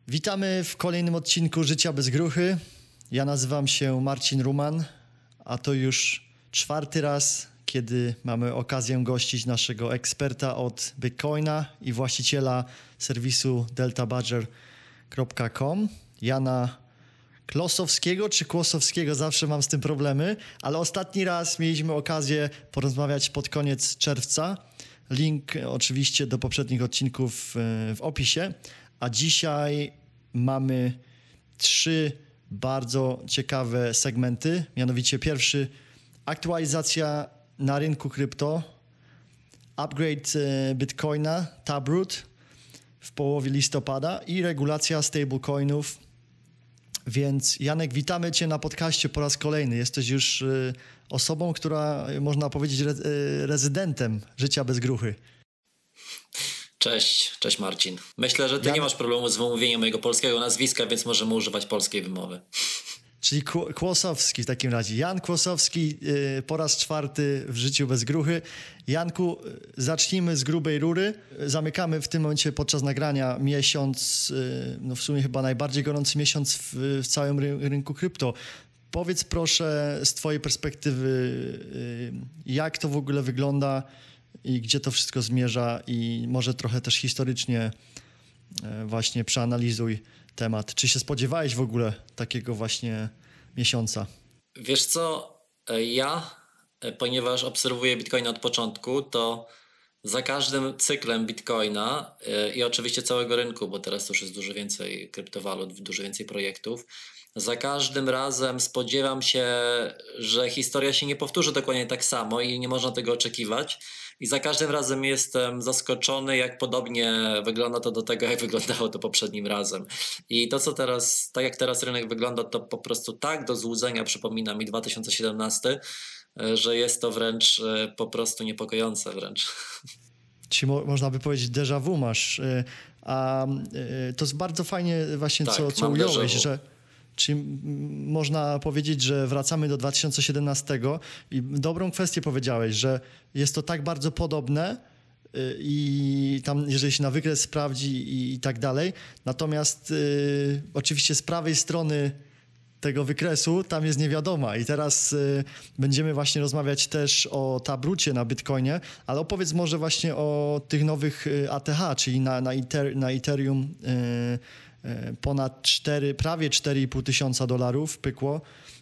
Witamy w kolejnym odcinku Życia bez gruchy. Ja nazywam się Marcin Ruman, a to już czwarty raz, kiedy mamy okazję gościć naszego eksperta od Bitcoina i właściciela serwisu deltabadger.com, Jana Klosowskiego czy Kłosowskiego, zawsze mam z tym problemy, ale ostatni raz mieliśmy okazję porozmawiać pod koniec czerwca. Link oczywiście do poprzednich odcinków w opisie. A dzisiaj mamy 3 bardzo ciekawe segmenty. Mianowicie pierwszy, aktualizacja na rynku krypto, upgrade Bitcoina, Taproot w połowie listopada i regulacja stablecoinów. Więc Janek, witamy Cię na podcaście po raz kolejny. Jesteś już osobą, która, można powiedzieć, rezydentem Życia bez gruchy. Cześć Marcin. Myślę, że ty nie masz problemu z wymówieniem mojego polskiego nazwiska, więc możemy używać polskiej wymowy. Czyli Kłosowski w takim razie. Jan Kłosowski po raz czwarty w Życiu bez gruchy. Janku, zacznijmy z grubej rury. Zamykamy w tym momencie podczas nagrania miesiąc, w sumie chyba najbardziej gorący miesiąc w całym rynku krypto. Powiedz proszę z twojej perspektywy, jak to w ogóle wygląda i gdzie to wszystko zmierza i może trochę też historycznie właśnie przeanalizuj temat. Czy się spodziewałeś w ogóle takiego właśnie miesiąca? Wiesz co, ponieważ obserwuję Bitcoina od początku, to za każdym cyklem Bitcoina i oczywiście całego rynku, bo teraz już jest dużo więcej kryptowalut, dużo więcej projektów, za każdym razem spodziewam się, że historia się nie powtórzy dokładnie tak samo i nie można tego oczekiwać. I za każdym razem jestem zaskoczony, jak podobnie wygląda to do tego, jak wyglądało to poprzednim razem. I to, co teraz, tak jak teraz rynek wygląda, to po prostu tak do złudzenia przypomina mi 2017, że jest to wręcz po prostu niepokojące wręcz. Czyli można by powiedzieć déjà vu masz. A to jest bardzo fajnie właśnie, tak, co ująłeś, że... Czyli można powiedzieć, że wracamy do 2017 i dobrą kwestię powiedziałeś, że jest to tak bardzo podobne i tam, jeżeli się na wykres sprawdzi i tak dalej. Natomiast oczywiście z prawej strony tego wykresu tam jest niewiadoma i teraz będziemy właśnie rozmawiać też o Tabrucie na Bitcoinie, ale opowiedz może właśnie o tych nowych ATH, czyli na Ethereum ponad prawie 4,5 tysiąca dolarów pykło.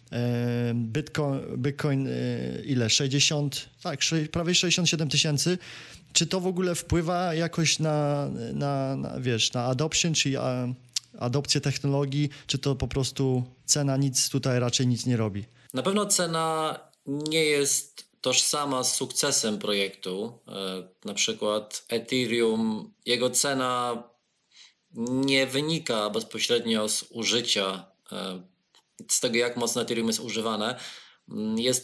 Bitcoin ile? 60, tak, prawie 67 tysięcy. Czy to w ogóle wpływa jakoś na adoption, czyli adopcję technologii, czy to po prostu cena raczej nic nie robi? Na pewno cena nie jest tożsama z sukcesem projektu. Na przykład Ethereum, jego cena nie wynika bezpośrednio z użycia, z tego, jak mocno Ethereum jest używane. Jest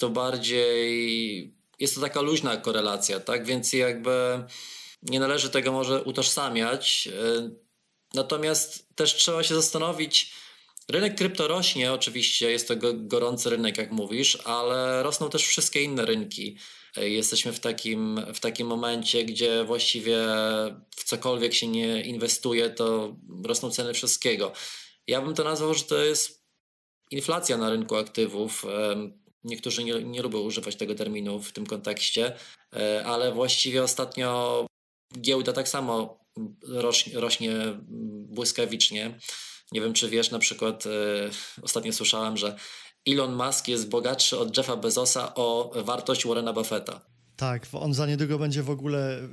to taka luźna korelacja, tak? Więc jakby nie należy tego może utożsamiać. Natomiast też trzeba się zastanowić, rynek krypto rośnie oczywiście, jest to gorący rynek, jak mówisz, ale rosną też wszystkie inne rynki. Jesteśmy w takim momencie, gdzie właściwie w cokolwiek się nie inwestuje, to rosną ceny wszystkiego. Ja bym to nazwał, że to jest inflacja na rynku aktywów. Niektórzy nie lubią używać tego terminu w tym kontekście, ale właściwie ostatnio giełda tak samo rośnie błyskawicznie. Nie wiem, czy wiesz, na przykład ostatnio słyszałem, że Elon Musk jest bogatszy od Jeffa Bezosa o wartość Warrena Buffetta. Tak, on za niedługo będzie w ogóle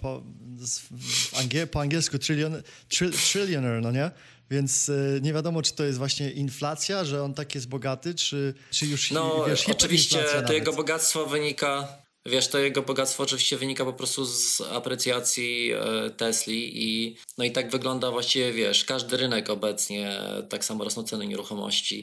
po angielsku trillionaire, no nie? Więc nie wiadomo, czy to jest właśnie inflacja, że on tak jest bogaty, czy już oczywiście to jego bogactwo oczywiście wynika po prostu z aprecjacji Tesli i tak wygląda właściwie, każdy rynek obecnie, tak samo rosną ceny nieruchomości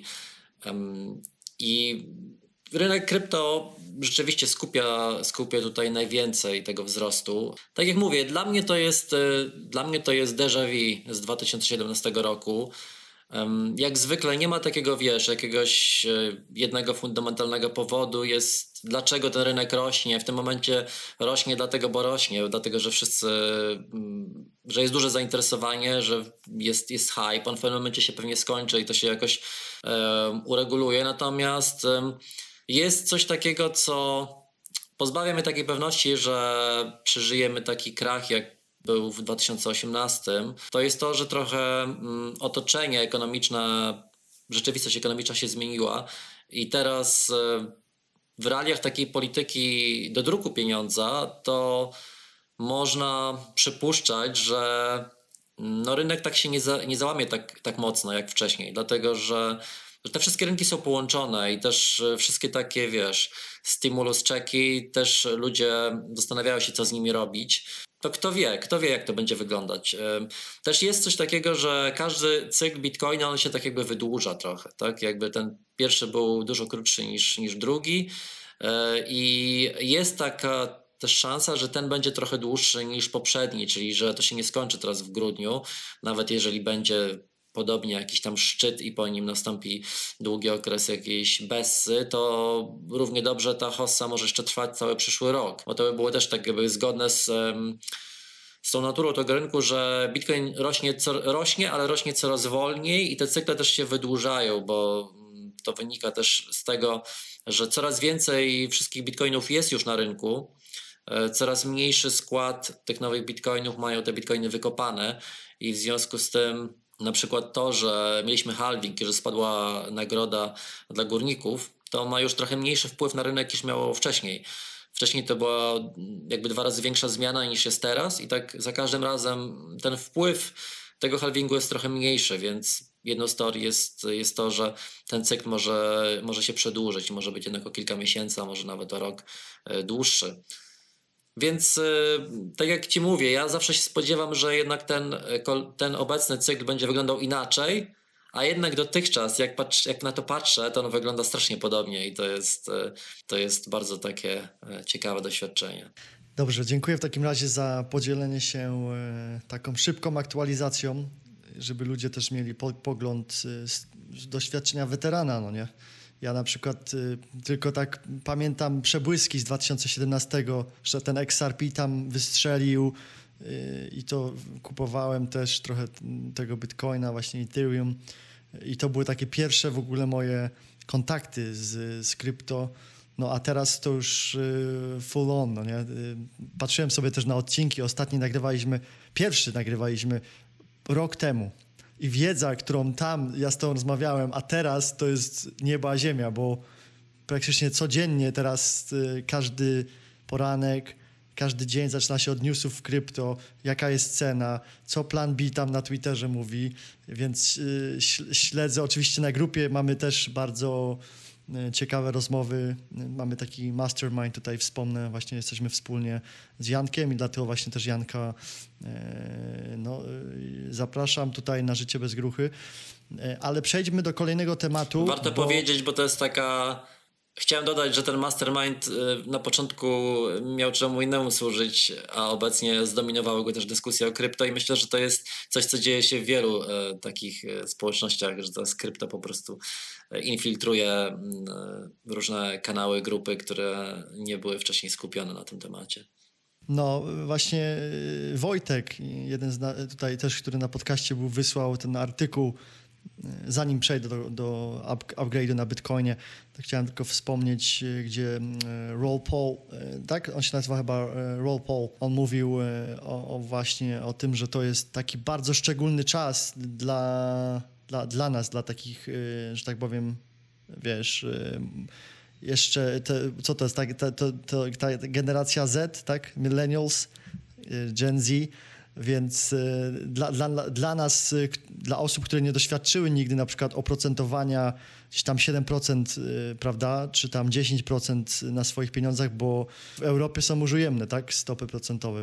i rynek krypto rzeczywiście skupia tutaj najwięcej tego wzrostu. Tak jak mówię, dla mnie to jest déjà vu z 2017 roku. Jak zwykle nie ma takiego, wiesz, jakiegoś jednego fundamentalnego powodu jest, dlaczego ten rynek rośnie. W tym momencie rośnie dlatego, bo rośnie, dlatego, że wszyscy, że jest duże zainteresowanie, że jest hype, on w pewnym momencie się pewnie skończy i to się jakoś ureguluje. Natomiast jest coś takiego, co pozbawia mnie takiej pewności, że przeżyjemy taki krach, jak był w 2018, to jest to, że trochę otoczenie ekonomiczne, rzeczywistość ekonomiczna się zmieniła i teraz w realiach takiej polityki dodruku pieniądza to można przypuszczać, że rynek tak się nie załamie tak mocno jak wcześniej, dlatego że te wszystkie rynki są połączone i też wszystkie takie, wiesz, stimulus checki, też ludzie zastanawiają się, co z nimi robić. To kto wie, jak to będzie wyglądać. Też jest coś takiego, że każdy cykl Bitcoina, on się tak jakby wydłuża trochę, tak? Jakby ten pierwszy był dużo krótszy niż drugi i jest taka też szansa, że ten będzie trochę dłuższy niż poprzedni, czyli że to się nie skończy teraz w grudniu, nawet jeżeli będzie podobnie jakiś tam szczyt i po nim nastąpi długi okres jakiejś bessy, to równie dobrze ta hossa może jeszcze trwać cały przyszły rok, bo to by było też tak jakby zgodne z tą naturą tego rynku, że Bitcoin rośnie, ale rośnie coraz wolniej i te cykle też się wydłużają, bo to wynika też z tego, że coraz więcej wszystkich bitcoinów jest już na rynku, coraz mniejszy skład tych nowych bitcoinów mają te bitcoiny wykopane i w związku z tym na przykład to, że mieliśmy halving, że spadła nagroda dla górników, to ma już trochę mniejszy wpływ na rynek niż miało wcześniej. Wcześniej to była jakby 2 razy większa zmiana niż jest teraz i tak za każdym razem ten wpływ tego halvingu jest trochę mniejszy, więc jedną z teorii jest to, że ten cykl może się przedłużyć, może być jednak o kilka miesięcy, a może nawet o rok dłuższy. Więc tak jak Ci mówię, ja zawsze się spodziewam, że jednak ten obecny cykl będzie wyglądał inaczej, a jednak dotychczas, jak na to patrzę, to on wygląda strasznie podobnie i to jest bardzo takie ciekawe doświadczenie. Dobrze, dziękuję w takim razie za podzielenie się taką szybką aktualizacją, żeby ludzie też mieli pogląd z doświadczenia weterana, no nie? Ja na przykład tylko tak pamiętam przebłyski z 2017, że ten XRP tam wystrzelił i to kupowałem też trochę tego Bitcoina, właśnie Ethereum i to były takie pierwsze w ogóle moje kontakty z krypto. No a teraz to już full on, no nie? Patrzyłem sobie też na odcinki, pierwszy nagrywaliśmy rok temu. I wiedza, którą tam ja z tobą rozmawiałem, a teraz to jest nieba a ziemia, bo praktycznie codziennie teraz każdy poranek, każdy dzień zaczyna się od newsów w krypto, jaka jest cena, co Plan B tam na Twitterze mówi, więc śledzę. Oczywiście na grupie mamy też bardzo ciekawe rozmowy. Mamy taki mastermind, tutaj wspomnę, właśnie jesteśmy wspólnie z Jankiem i dlatego właśnie też Janka zapraszam tutaj na Życie bez gruchy. Ale przejdźmy do kolejnego tematu. Warto powiedzieć, bo to jest taka... Chciałem dodać, że ten mastermind na początku miał czemu innemu służyć, a obecnie zdominowały go też dyskusje o krypto i myślę, że to jest coś, co dzieje się w wielu takich społecznościach, że teraz krypto po prostu infiltruje różne kanały, grupy, które nie były wcześniej skupione na tym temacie. No właśnie Wojtek, jeden tutaj też, który na podcaście był, wysłał ten artykuł. Zanim przejdę do upgrade'u na Bitcoinie, to chciałem tylko wspomnieć, gdzie Roll Paul, tak? On się nazywa chyba Roll Paul. On mówił właśnie o tym, że to jest taki bardzo szczególny czas dla nas, dla takich, że tak powiem, wiesz, jeszcze, co to jest, ta generacja Z, tak? Millennials, Gen Z. Więc dla nas, dla osób, które nie doświadczyły nigdy na przykład oprocentowania gdzieś tam 7%, prawda, czy tam 10% na swoich pieniądzach, bo w Europie są już ujemne, tak, stopy procentowe,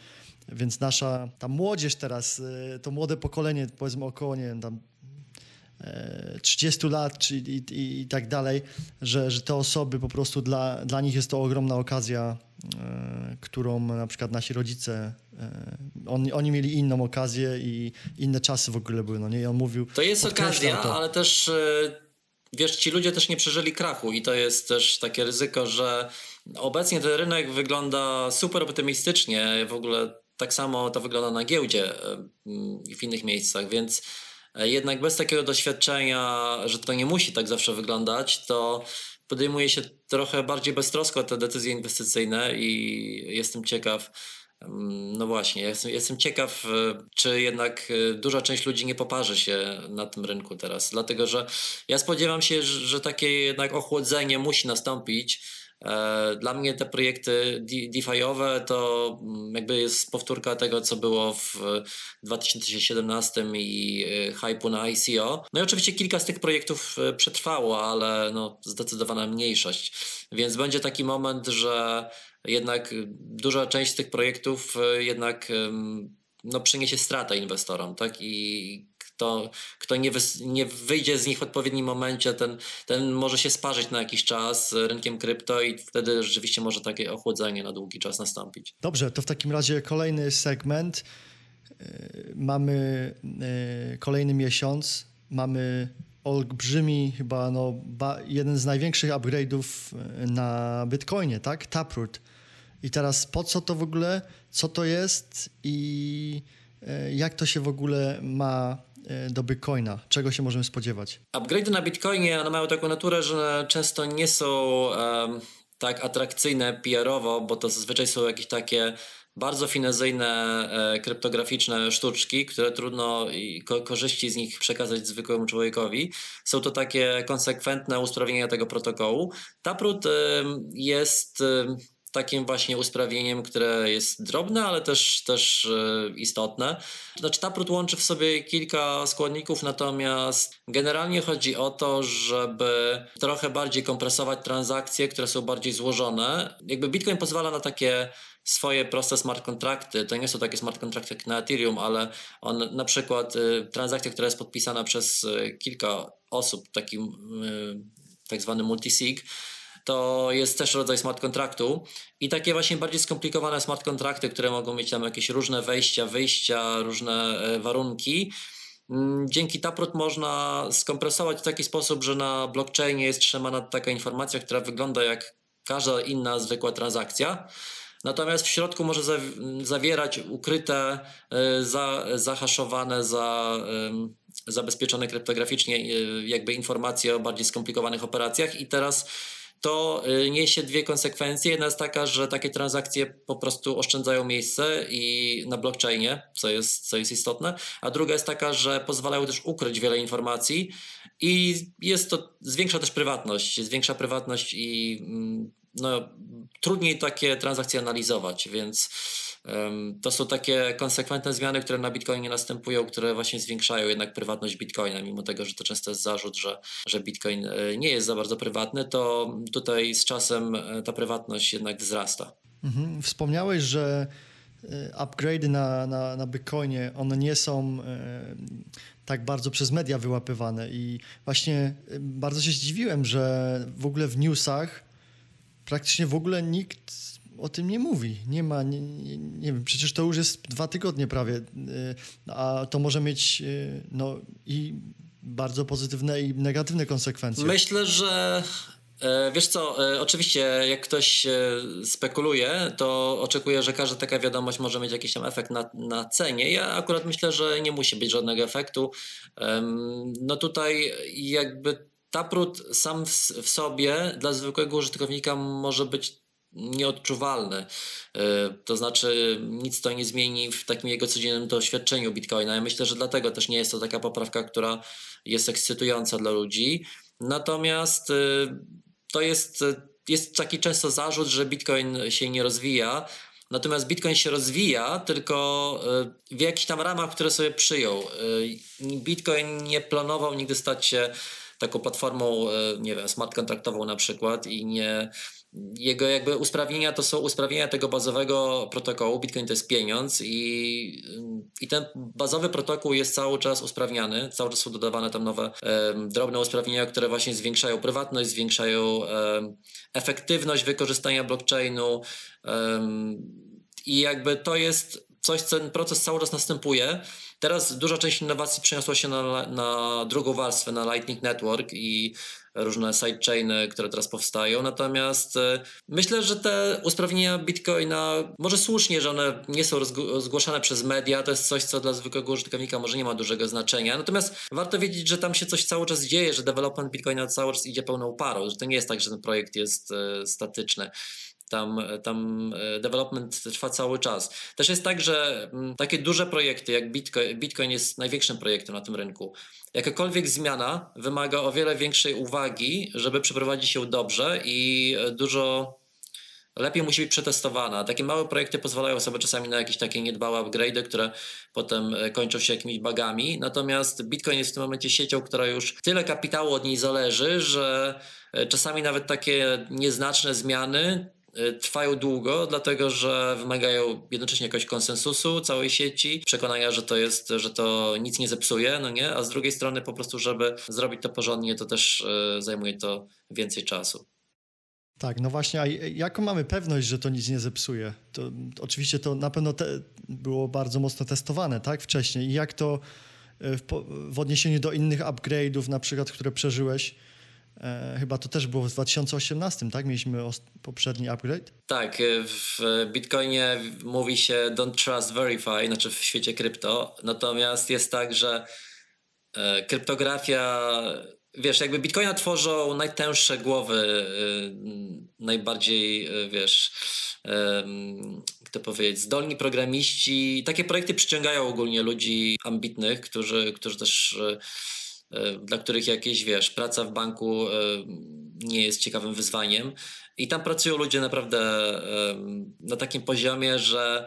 więc nasza ta młodzież teraz, to młode pokolenie, powiedzmy około, nie wiem, tam 30 lat i tak dalej, że te osoby po prostu dla nich jest to ogromna okazja, którą na przykład nasi rodzice, oni mieli inną okazję i inne czasy w ogóle były, no nie? I on mówił... To jest okazja, ale też wiesz, ci ludzie też nie przeżyli krachu i to jest też takie ryzyko, że obecnie ten rynek wygląda super optymistycznie, w ogóle tak samo to wygląda na giełdzie i w innych miejscach, więc jednak bez takiego doświadczenia, że to nie musi tak zawsze wyglądać, to podejmuje się trochę bardziej beztrosko te decyzje inwestycyjne i jestem ciekaw, no właśnie, jestem ciekaw, czy jednak duża część ludzi nie poparzy się na tym rynku teraz, dlatego że ja spodziewam się, że takie jednak ochłodzenie musi nastąpić. Dla mnie te projekty DeFi'owe to jakby jest powtórka tego, co było w 2017 i hype'u na ICO. No i oczywiście kilka z tych projektów przetrwało, ale no zdecydowana mniejszość. Więc będzie taki moment, że jednak duża część z tych projektów jednak no, przyniesie stratę inwestorom, tak? I kto nie wyjdzie z nich w odpowiednim momencie, ten może się sparzyć na jakiś czas rynkiem krypto i wtedy rzeczywiście może takie ochłodzenie na długi czas nastąpić. Dobrze, to w takim razie kolejny segment. Mamy kolejny miesiąc, mamy olbrzymi, chyba jeden z największych upgrade'ów na Bitcoinie, tak? Taproot. I teraz po co to w ogóle, co to jest i jak to się w ogóle ma do Bitcoina? Czego się możemy spodziewać? Upgrade'y na Bitcoinie mają taką naturę, że często nie są tak atrakcyjne PR-owo, bo to zazwyczaj są jakieś takie bardzo finezyjne, kryptograficzne sztuczki, które trudno korzyści z nich przekazać zwykłemu człowiekowi. Są to takie konsekwentne usprawnienia tego protokołu. Taproot jest takim właśnie usprawnieniem, które jest drobne, ale też istotne. Znaczy Taproot łączy w sobie kilka składników, natomiast generalnie chodzi o to, żeby trochę bardziej kompresować transakcje, które są bardziej złożone. Jakby Bitcoin pozwala na takie swoje proste smart kontrakty. To nie są takie smart kontrakty jak na Ethereum, ale on na przykład transakcja, która jest podpisana przez kilka osób, takim tak zwany multisig, to jest też rodzaj smart kontraktu i takie właśnie bardziej skomplikowane smart kontrakty, które mogą mieć tam jakieś różne wejścia, wyjścia, różne warunki. Dzięki Taproot można skompresować w taki sposób, że na blockchainie jest trzymana taka informacja, która wygląda jak każda inna zwykła transakcja. Natomiast w środku może zawierać ukryte, zahaszowane, zabezpieczone kryptograficznie jakby informacje o bardziej skomplikowanych operacjach i teraz to niesie dwie konsekwencje. Jedna jest taka, że takie transakcje po prostu oszczędzają miejsce i na blockchainie, co jest istotne, a druga jest taka, że pozwalają też ukryć wiele informacji i zwiększa też prywatność i no, trudniej takie transakcje analizować, więc to są takie konsekwentne zmiany, które na Bitcoinie następują, które właśnie zwiększają jednak prywatność Bitcoina, mimo tego, że to często jest zarzut, że Bitcoin nie jest za bardzo prywatny, to tutaj z czasem ta prywatność jednak wzrasta. Wspomniałeś, że upgrade'y na Bitcoinie, one nie są tak bardzo przez media wyłapywane i właśnie bardzo się zdziwiłem, że w ogóle w newsach praktycznie w ogóle nikt o tym nie mówi. Nie ma, nie wiem, przecież to już jest 2 tygodnie prawie, a to może mieć no i bardzo pozytywne i negatywne konsekwencje. Myślę, że wiesz co, oczywiście jak ktoś spekuluje, to oczekuje, że każda taka wiadomość może mieć jakiś tam efekt na cenie. Ja akurat myślę, że nie musi być żadnego efektu. No tutaj jakby Taproot sam w sobie dla zwykłego użytkownika może być nieodczuwalny. To znaczy nic to nie zmieni w takim jego codziennym doświadczeniu Bitcoina. Ja myślę, że dlatego też nie jest to taka poprawka, która jest ekscytująca dla ludzi. Natomiast to jest taki często zarzut, że Bitcoin się nie rozwija. Natomiast Bitcoin się rozwija, tylko w jakichś tam ramach, które sobie przyjął. Bitcoin nie planował nigdy stać się taką platformą, nie wiem, smart kontraktową na przykład i nie... Jego jakby usprawnienia to są usprawnienia tego bazowego protokołu. Bitcoin to jest pieniądz i ten bazowy protokół jest cały czas usprawniany. Cały czas są dodawane tam nowe drobne usprawnienia, które właśnie zwiększają prywatność, zwiększają efektywność wykorzystania blockchainu i jakby to jest coś, co ten proces cały czas następuje. Teraz duża część innowacji przeniosła się na drugą warstwę, na Lightning Network i różne sidechainy, które teraz powstają. Natomiast myślę, że te usprawnienia Bitcoina, może słusznie, że one nie są zgłaszane przez media, to jest coś, co dla zwykłego użytkownika może nie ma dużego znaczenia. Natomiast warto wiedzieć, że tam się coś cały czas dzieje, że development Bitcoina cały czas idzie pełną parą, że to nie jest tak, że ten projekt jest statyczny. Tam development trwa cały czas. Też jest tak, że takie duże projekty jak Bitcoin jest największym projektem na tym rynku. Jakakolwiek zmiana wymaga o wiele większej uwagi, żeby przeprowadzić ją dobrze i dużo lepiej musi być przetestowana. Takie małe projekty pozwalają sobie czasami na jakieś takie niedbałe upgrade'y, które potem kończą się jakimiś bugami. Natomiast Bitcoin jest w tym momencie siecią, która już tyle kapitału od niej zależy, że czasami nawet takie nieznaczne zmiany trwają długo, dlatego że wymagają jednocześnie jakiegoś konsensusu całej sieci, przekonania, że to nic nie zepsuje, no nie? A z drugiej strony po prostu, żeby zrobić to porządnie, to też zajmuje to więcej czasu. Tak, no właśnie, a jaką mamy pewność, że to nic nie zepsuje? To oczywiście to na pewno było bardzo mocno testowane, tak, wcześniej. I jak to w odniesieniu do innych upgrade'ów, na przykład, które przeżyłeś, chyba to też było w 2018, tak? Mieliśmy poprzedni upgrade? Tak, w Bitcoinie mówi się don't trust, verify, znaczy w świecie krypto. Natomiast jest tak, że kryptografia, wiesz, jakby Bitcoina tworzą najtęższe głowy, najbardziej, wiesz, jak to powiedzieć, zdolni programiści. Takie projekty przyciągają ogólnie ludzi ambitnych, którzy też dla których jakieś, wiesz, praca w banku nie jest ciekawym wyzwaniem i tam pracują ludzie naprawdę na takim poziomie, że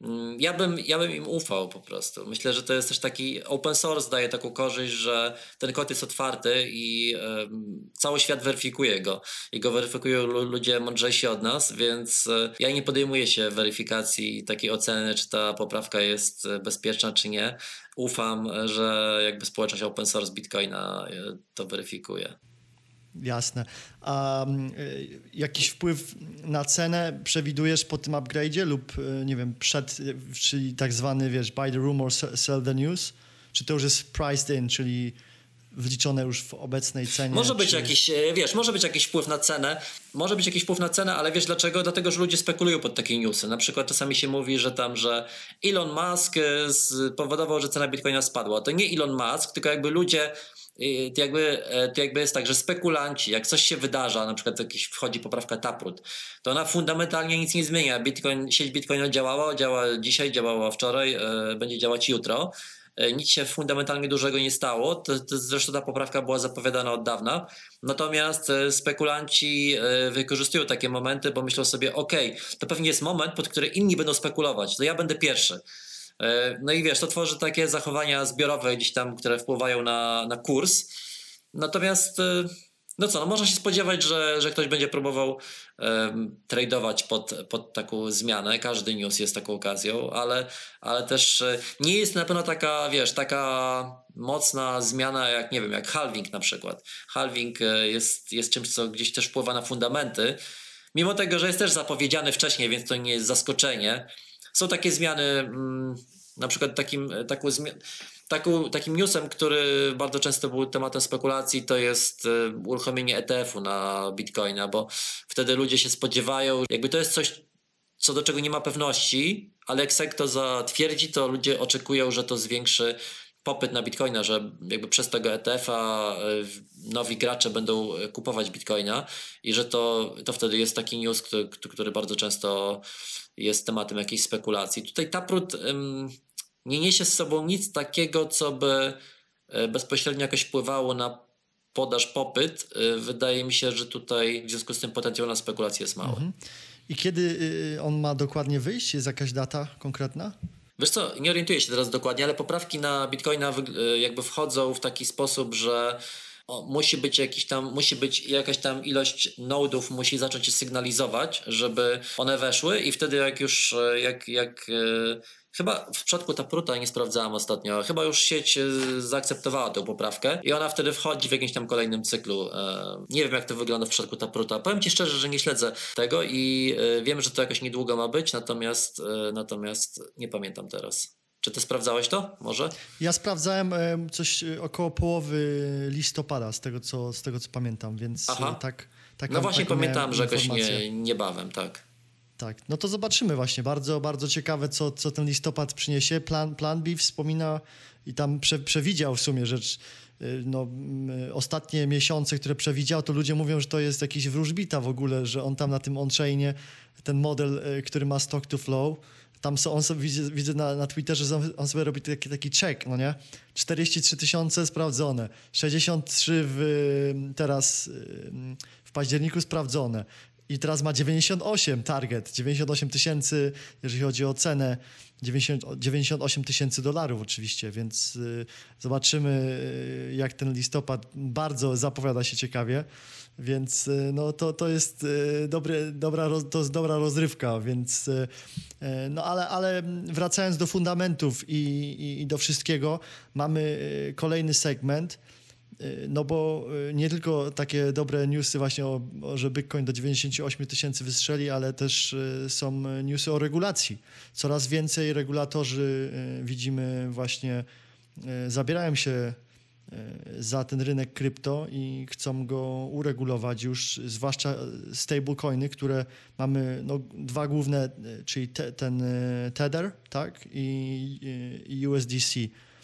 ja bym im ufał po prostu. Myślę, że to jest też taki open source, daje taką korzyść, że ten kod jest otwarty i cały świat weryfikuje go. I go weryfikują ludzie mądrzejsi od nas, więc ja nie podejmuję się weryfikacji takiej oceny, czy ta poprawka jest bezpieczna, czy nie. Ufam, że jakby społeczność open source Bitcoina to weryfikuje. Jasne. A jakiś wpływ na cenę przewidujesz po tym upgrade'zie lub, nie wiem, czyli tak zwany, wiesz, buy the rumor, sell the news? Czy to już jest priced in, czyli wliczone już w obecnej cenie? Może być jakiś, wiesz, może być jakiś wpływ na cenę, ale wiesz dlaczego? Dlatego, że ludzie spekulują pod takie newsy. Na przykład czasami się mówi, że Elon Musk spowodował, że cena Bitcoina spadła. To nie Elon Musk, tylko jakby ludzie. To jakby jest tak, że spekulanci, jak coś się wydarza, na przykład wchodzi poprawka Taproot, to ona fundamentalnie nic nie zmienia. Sieć Bitcoina działa dzisiaj, działała wczoraj, będzie działać jutro. Nic się fundamentalnie dużego nie stało. Zresztą ta poprawka była zapowiadana od dawna. Natomiast spekulanci wykorzystują takie momenty, bo myślą sobie, to pewnie jest moment, pod który inni będą spekulować, to ja będę pierwszy. No i wiesz, to tworzy takie zachowania zbiorowe gdzieś tam, które wpływają na kurs. Natomiast można się spodziewać, że ktoś będzie próbował tradeować pod taką zmianę. Każdy news jest taką okazją, ale też nie jest na pewno taka mocna zmiana jak, nie wiem, jak halving na przykład. Halving jest czymś, co gdzieś też wpływa na fundamenty. Mimo tego, że jest też zapowiedziany wcześniej, więc to nie jest zaskoczenie. Są takie zmiany, na przykład takim newsem, który bardzo często był tematem spekulacji, to jest uruchomienie ETF-u na Bitcoina, bo wtedy ludzie się spodziewają, jakby to jest coś, co do czego nie ma pewności, ale jak SEC to zatwierdzi, to ludzie oczekują, że to zwiększy popyt na Bitcoina, że jakby przez tego ETF-a nowi gracze będą kupować Bitcoina i że to wtedy jest taki news, który bardzo często jest tematem jakiejś spekulacji. Tutaj Taproot nie niesie z sobą nic takiego, co by bezpośrednio jakoś wpływało na podaż, popyt. Wydaje mi się, że tutaj w związku z tym potencjał na spekulację jest mały. Mhm. I kiedy on ma dokładnie wyjść? Jest jakaś data konkretna? Wiesz co, nie orientuję się teraz dokładnie, ale poprawki na Bitcoina jakby wchodzą w taki sposób, że musi być jakaś tam ilość nodów, musi zacząć się sygnalizować, żeby one weszły i wtedy jak już, chyba w przypadku Tapruta nie sprawdzałem ostatnio, chyba już sieć zaakceptowała tę poprawkę i ona wtedy wchodzi w jakimś tam kolejnym cyklu. Nie wiem jak to wygląda w przypadku Tapruta. Powiem Ci szczerze, że nie śledzę tego i wiem, że to jakoś niedługo ma być, natomiast nie pamiętam teraz. Czy ty sprawdzałeś to? Może? Ja sprawdzałem coś około połowy listopada, z tego co pamiętam, więc no właśnie pamiętałem, że jakoś niebawem, tak. Tak, no to zobaczymy właśnie. Bardzo, bardzo ciekawe, co ten listopad przyniesie. Plan B wspomina i tam przewidział w sumie rzecz. Ostatnie miesiące, które przewidział, to ludzie mówią, że to jest jakiś wróżbita w ogóle, że on tam na tym on-chainie, ten model, który ma stock to flow, tam on sobie, widzę na Twitterze, że on sobie robi taki check, no nie? 43 000 sprawdzone, 63 teraz w październiku sprawdzone. I teraz ma 98 target, 98 000, jeżeli chodzi o cenę, 98 000 dolarów oczywiście, więc zobaczymy jak ten listopad bardzo zapowiada się ciekawie, więc no to jest dobra rozrywka, więc no ale wracając do fundamentów i do wszystkiego, mamy kolejny segment. No bo nie tylko takie dobre newsy właśnie, że Bitcoin do 98 000 wystrzeli, ale też są newsy o regulacji. Coraz więcej regulatorzy widzimy właśnie zabierają się za ten rynek krypto i chcą go uregulować już, zwłaszcza stablecoiny, które mamy dwa główne, czyli ten Tether, tak, i USDC.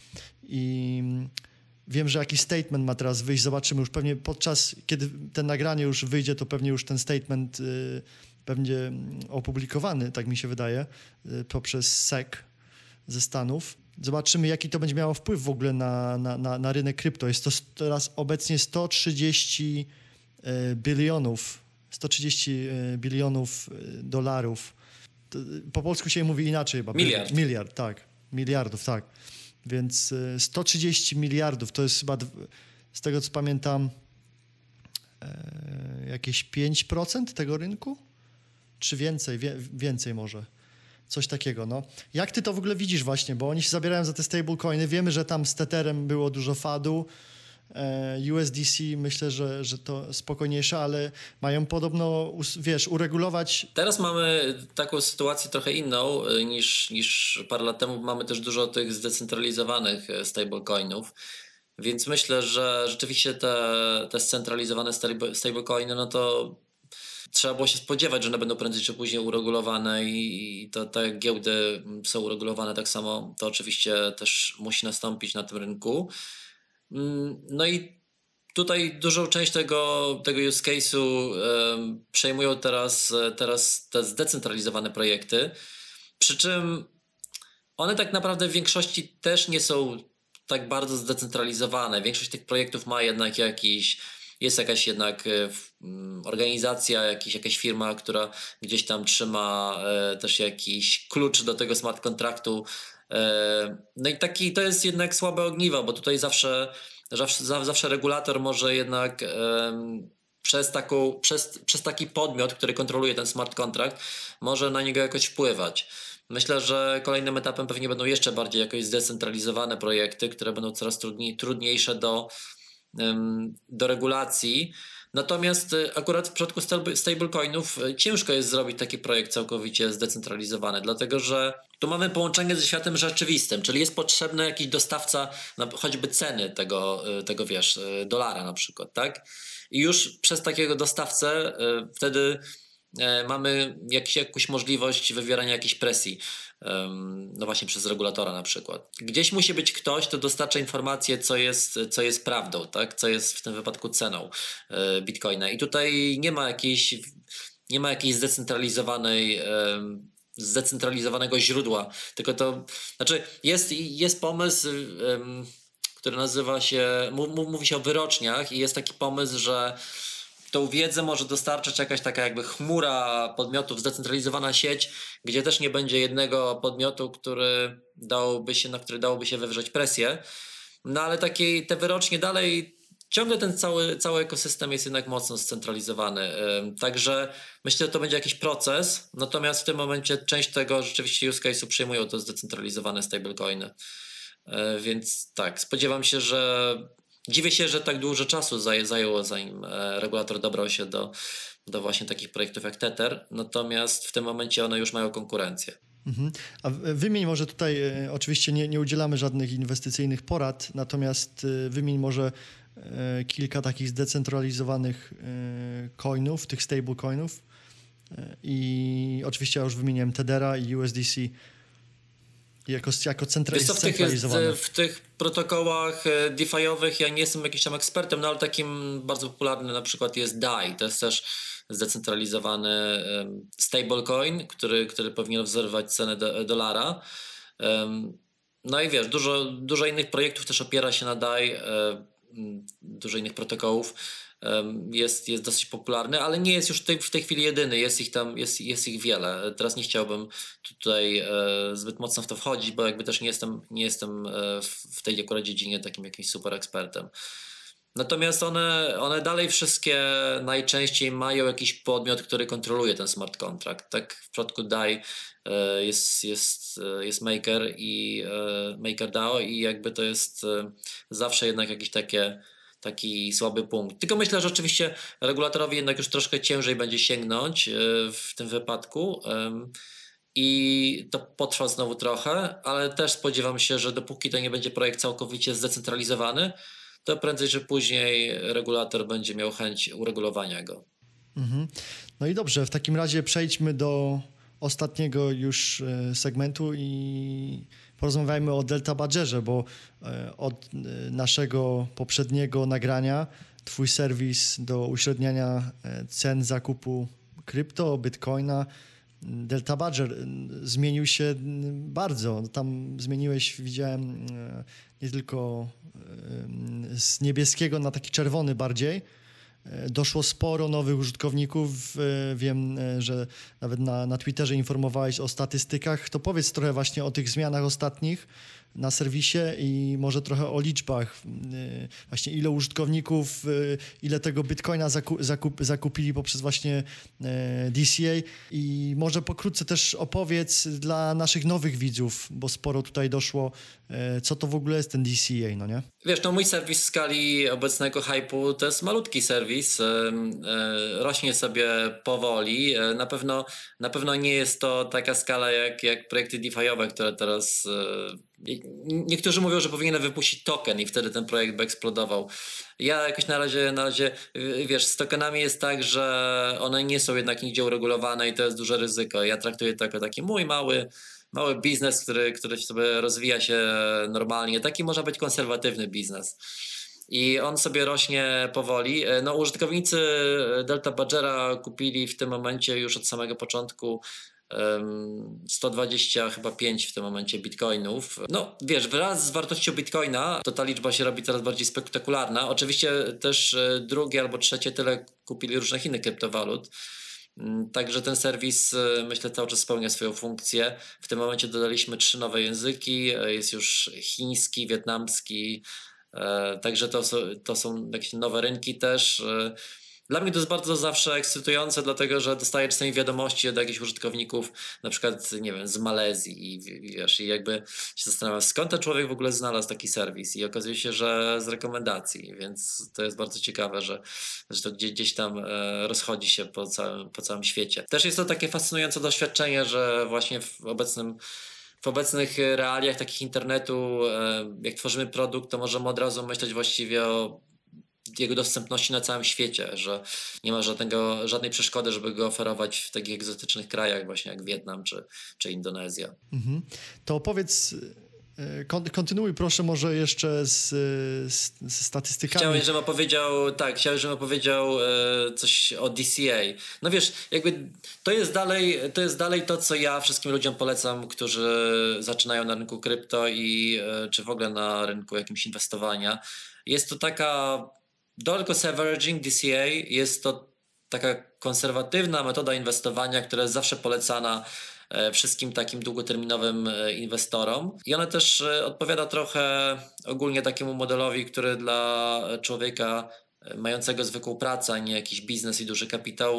I wiem, że jakiś statement ma teraz wyjść, zobaczymy już pewnie podczas, kiedy ten nagranie już wyjdzie, to pewnie już ten statement będzie opublikowany, tak mi się wydaje, poprzez SEC ze Stanów. Zobaczymy, jaki to będzie miało wpływ w ogóle na rynek krypto. Jest to teraz obecnie 130 bilionów dolarów. Po polsku się mówi inaczej chyba. Miliard, tak. Miliardów, tak. Więc 130 miliardów to jest chyba, z tego co pamiętam, jakieś 5% tego rynku? Czy więcej? Więcej może. Coś takiego, no. Jak ty to w ogóle widzisz właśnie? Bo oni się zabierają za te stablecoiny. Wiemy, że tam z Tetherem było dużo fadu. USDC myślę, że to spokojniejsze, ale mają podobno, uregulować. Teraz mamy taką sytuację trochę inną niż parę lat temu. Mamy też dużo tych zdecentralizowanych stablecoinów, więc myślę, że rzeczywiście te scentralizowane stablecoiny, no to trzeba było się spodziewać, że one będą prędzej czy później uregulowane i to tak jak giełdy są uregulowane, tak samo to oczywiście też musi nastąpić na tym rynku. No i tutaj dużą część tego use case'u przejmują teraz te zdecentralizowane projekty, przy czym one tak naprawdę w większości też nie są tak bardzo zdecentralizowane. Większość tych projektów ma jednak jest jakaś jednak organizacja, jakaś firma, która gdzieś tam trzyma też jakiś klucz do tego smart kontraktu. No i to jest jednak słabe ogniwo, bo tutaj zawsze regulator może jednak przez taki podmiot, który kontroluje ten smart contract, może na niego jakoś wpływać. Myślę, że kolejnym etapem pewnie będą jeszcze bardziej jakoś zdecentralizowane projekty, które będą coraz trudniejsze do regulacji. Natomiast akurat w przypadku stablecoinów ciężko jest zrobić taki projekt całkowicie zdecentralizowany, dlatego że tu mamy połączenie ze światem rzeczywistym, czyli jest potrzebny jakiś dostawca choćby ceny tego dolara na przykład, tak? I już przez takiego dostawcę wtedy mamy jakąś możliwość wywierania jakiejś presji, no właśnie przez regulatora na przykład. Gdzieś musi być ktoś, kto dostarcza informację, co jest prawdą, tak? Co jest w tym wypadku ceną Bitcoina. I tutaj nie ma jakiejś zdecentralizowanego źródła, tylko jest pomysł, który nazywa się, mówi się o wyroczniach i jest taki pomysł, że tą wiedzę może dostarczać jakaś taka jakby chmura podmiotów, zdecentralizowana sieć, gdzie też nie będzie jednego podmiotu, na który dałoby się wywrzeć presję. No ale te wyrocznie dalej ciągle ten cały ekosystem jest jednak mocno scentralizowany. Także myślę, że to będzie jakiś proces, natomiast w tym momencie część tego rzeczywiście use case'u przyjmują to zdecentralizowane stablecoiny. Więc tak, spodziewam się, że dziwię się, że tak dużo czasu zajęło, zanim regulator dobrał się do właśnie takich projektów jak Tether, natomiast w tym momencie one już mają konkurencję. A wymień może tutaj, oczywiście nie udzielamy żadnych inwestycyjnych porad, natomiast wymień może kilka takich zdecentralizowanych coinów, tych stablecoinów i oczywiście ja już wymieniłem Tethera i USDC jako centralizowane. W tych protokołach DeFi'owych ja nie jestem jakimś tam ekspertem, no ale takim bardzo popularnym na przykład jest DAI, to jest też zdecentralizowany stablecoin, który powinien wzorować cenę dolara. No i wiesz, dużo innych projektów też opiera się na DAI, dużo innych protokołów jest dosyć popularny, ale nie jest już w tej chwili jedyny, jest ich wiele. Teraz nie chciałbym tutaj zbyt mocno w to wchodzić, bo jakby też nie jestem w tej akurat dziedzinie takim jakimś super ekspertem. Natomiast one dalej wszystkie najczęściej mają jakiś podmiot, który kontroluje ten smart contract. Tak w przypadku DAI jest Maker i MakerDAO i jakby to jest zawsze jednak jakiś taki słaby punkt. Tylko myślę, że oczywiście regulatorowi jednak już troszkę ciężej będzie sięgnąć w tym wypadku i to potrwa znowu trochę, ale też spodziewam się, że dopóki to nie będzie projekt całkowicie zdecentralizowany, to prędzej czy później regulator będzie miał chęć uregulowania go. No i dobrze, w takim razie przejdźmy do ostatniego już segmentu i porozmawiajmy o Delta Badgerze, bo od naszego poprzedniego nagrania twój serwis do uśredniania cen zakupu krypto, bitcoina, Delta Badger zmienił się bardzo. Tam zmieniłeś, widziałem, nie tylko z niebieskiego na taki czerwony bardziej. Doszło sporo nowych użytkowników. Wiem, że nawet na Twitterze informowałeś o statystykach. To powiedz trochę właśnie o tych zmianach ostatnich na serwisie i może trochę o liczbach. Właśnie ile użytkowników, ile tego bitcoina zakupili poprzez właśnie DCA i może pokrótce też opowiedz dla naszych nowych widzów, bo sporo tutaj doszło, co to w ogóle jest ten DCA, no nie? Wiesz, no mój serwis w skali obecnego hype'u to jest malutki serwis, rośnie sobie powoli, na pewno nie jest to taka skala jak projekty DeFi'owe, które teraz niektórzy mówią, że powinienem wypuścić token i wtedy ten projekt by eksplodował. Ja jakoś na razie, wiesz, z tokenami jest tak, że one nie są jednak nigdzie uregulowane i to jest duże ryzyko. Ja traktuję to jako taki mój mały biznes, który sobie rozwija się normalnie. Taki może być konserwatywny biznes. I on sobie rośnie powoli. No, użytkownicy Delta Badgera kupili w tym momencie już od samego początku 120 chyba 5 w tym momencie bitcoinów. No wiesz, wraz z wartością bitcoina to ta liczba się robi coraz bardziej spektakularna. Oczywiście też drugie albo trzecie tyle kupili różnych innych kryptowalut. Także ten serwis, myślę, cały czas spełnia swoją funkcję. W tym momencie dodaliśmy 3 nowe języki. Jest już chiński, wietnamski. Także to są jakieś nowe rynki też. Dla mnie to jest bardzo zawsze ekscytujące, dlatego że dostaję czasami wiadomości od jakichś użytkowników, na przykład, nie wiem, z Malezji i wiesz, i jakby się zastanawiam, skąd ten człowiek w ogóle znalazł taki serwis i okazuje się, że z rekomendacji, więc to jest bardzo ciekawe, że to gdzieś tam rozchodzi się po całym świecie. Też jest to takie fascynujące doświadczenie, że właśnie w obecnych realiach takich internetu, jak tworzymy produkt, to możemy od razu myśleć właściwie o jego dostępności na całym świecie, że nie ma żadnej przeszkody, żeby go oferować w takich egzotycznych krajach właśnie jak Wietnam czy Indonezja. To opowiedz, kontynuuj proszę może jeszcze z statystykami. Chciałeś, żebym opowiedział coś o DCA. No wiesz, jakby to jest dalej to, co ja wszystkim ludziom polecam, którzy zaczynają na rynku krypto czy w ogóle na rynku jakimś inwestowania. Jest to taka dollar cost averaging, DCA, jest to taka konserwatywna metoda inwestowania, która jest zawsze polecana wszystkim takim długoterminowym inwestorom. I ona też odpowiada trochę ogólnie takiemu modelowi, który dla człowieka mającego zwykłą pracę, a nie jakiś biznes i duży kapitał,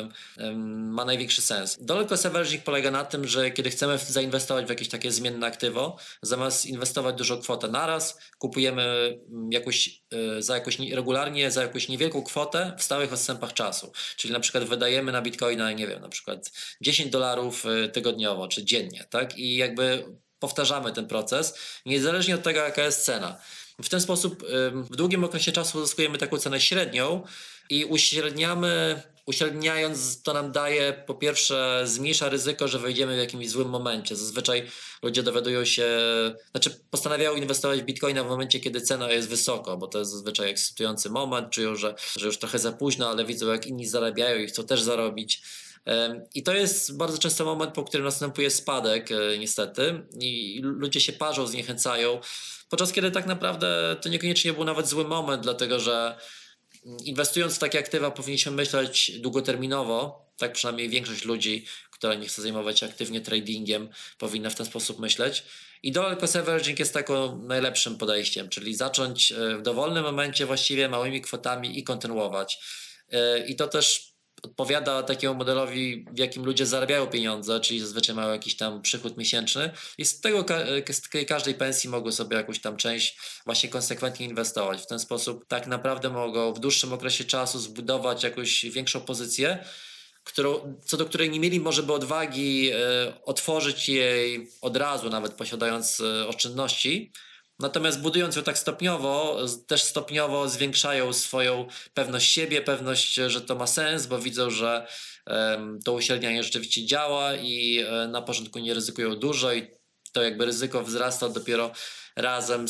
ma największy sens. Dollar cost averaging polega na tym, że kiedy chcemy zainwestować w jakieś takie zmienne aktywo, zamiast inwestować dużą kwotę naraz, kupujemy regularnie za jakąś niewielką kwotę w stałych odstępach czasu. Czyli na przykład wydajemy na Bitcoina, nie wiem, na przykład $10 tygodniowo czy dziennie, tak? I jakby powtarzamy ten proces, niezależnie od tego, jaka jest cena. W ten sposób w długim okresie czasu uzyskujemy taką cenę średnią i uśredniając to nam daje, po pierwsze, zmniejsza ryzyko, że wejdziemy w jakimś złym momencie. Zazwyczaj ludzie postanawiają inwestować w Bitcoina w momencie, kiedy cena jest wysoko, bo to jest zazwyczaj ekscytujący moment, czują, że już trochę za późno, ale widzą, jak inni zarabiają i chcą też zarobić. I to jest bardzo często moment, po którym następuje spadek, niestety, i ludzie się parzą, zniechęcają, podczas kiedy tak naprawdę to niekoniecznie był nawet zły moment, dlatego że inwestując w takie aktywa powinniśmy myśleć długoterminowo, tak przynajmniej większość ludzi, która nie chce zajmować się aktywnie tradingiem, powinna w ten sposób myśleć. I dollar cost averaging jest taką najlepszym podejściem, czyli zacząć w dowolnym momencie właściwie małymi kwotami i kontynuować. I to też odpowiada takiemu modelowi, w jakim ludzie zarabiają pieniądze, czyli zazwyczaj mają jakiś tam przychód miesięczny i z każdej pensji mogą sobie jakąś tam część właśnie konsekwentnie inwestować. W ten sposób tak naprawdę mogą w dłuższym okresie czasu zbudować jakąś większą pozycję, co do której nie mieli może by odwagi otworzyć jej od razu, nawet posiadając oszczędności. Natomiast budując ją tak stopniowo, też stopniowo zwiększają swoją pewność siebie, pewność, że to ma sens, bo widzą, że to uśrednianie rzeczywiście działa i na początku nie ryzykują dużo i to jakby ryzyko wzrasta dopiero razem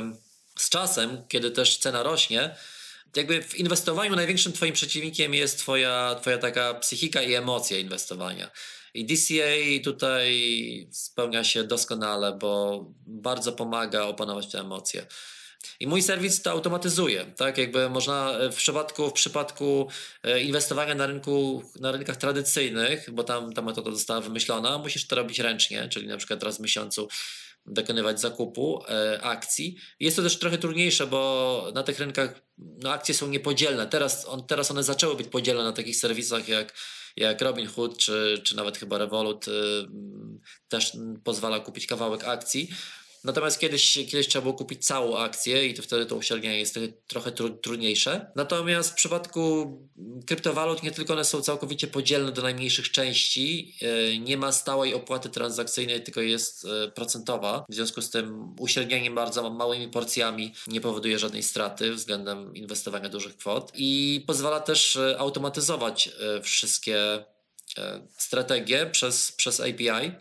z czasem, kiedy też cena rośnie. Jakby w inwestowaniu największym twoim przeciwnikiem jest twoja taka psychika i emocje inwestowania. I DCA tutaj spełnia się doskonale, bo bardzo pomaga opanować te emocje. I mój serwis to automatyzuje, tak? Jakby można w przypadku inwestowania na rynkach tradycyjnych, bo tam ta metoda została wymyślona, musisz to robić ręcznie, czyli na przykład raz w miesiącu dokonywać zakupu akcji. Jest to też trochę trudniejsze, bo na tych rynkach akcje są niepodzielne. Teraz one zaczęły być podzielne na takich serwisach jak Robinhood czy nawet chyba Revolut też pozwala kupić kawałek akcji. Natomiast kiedyś trzeba było kupić całą akcję i to wtedy to uśrednianie jest trochę trudniejsze. Natomiast w przypadku kryptowalut nie tylko one są całkowicie podzielne do najmniejszych części, nie ma stałej opłaty transakcyjnej, tylko jest procentowa. W związku z tym uśrednianie bardzo małymi porcjami nie powoduje żadnej straty względem inwestowania dużych kwot i pozwala też automatyzować wszystkie strategie przez API.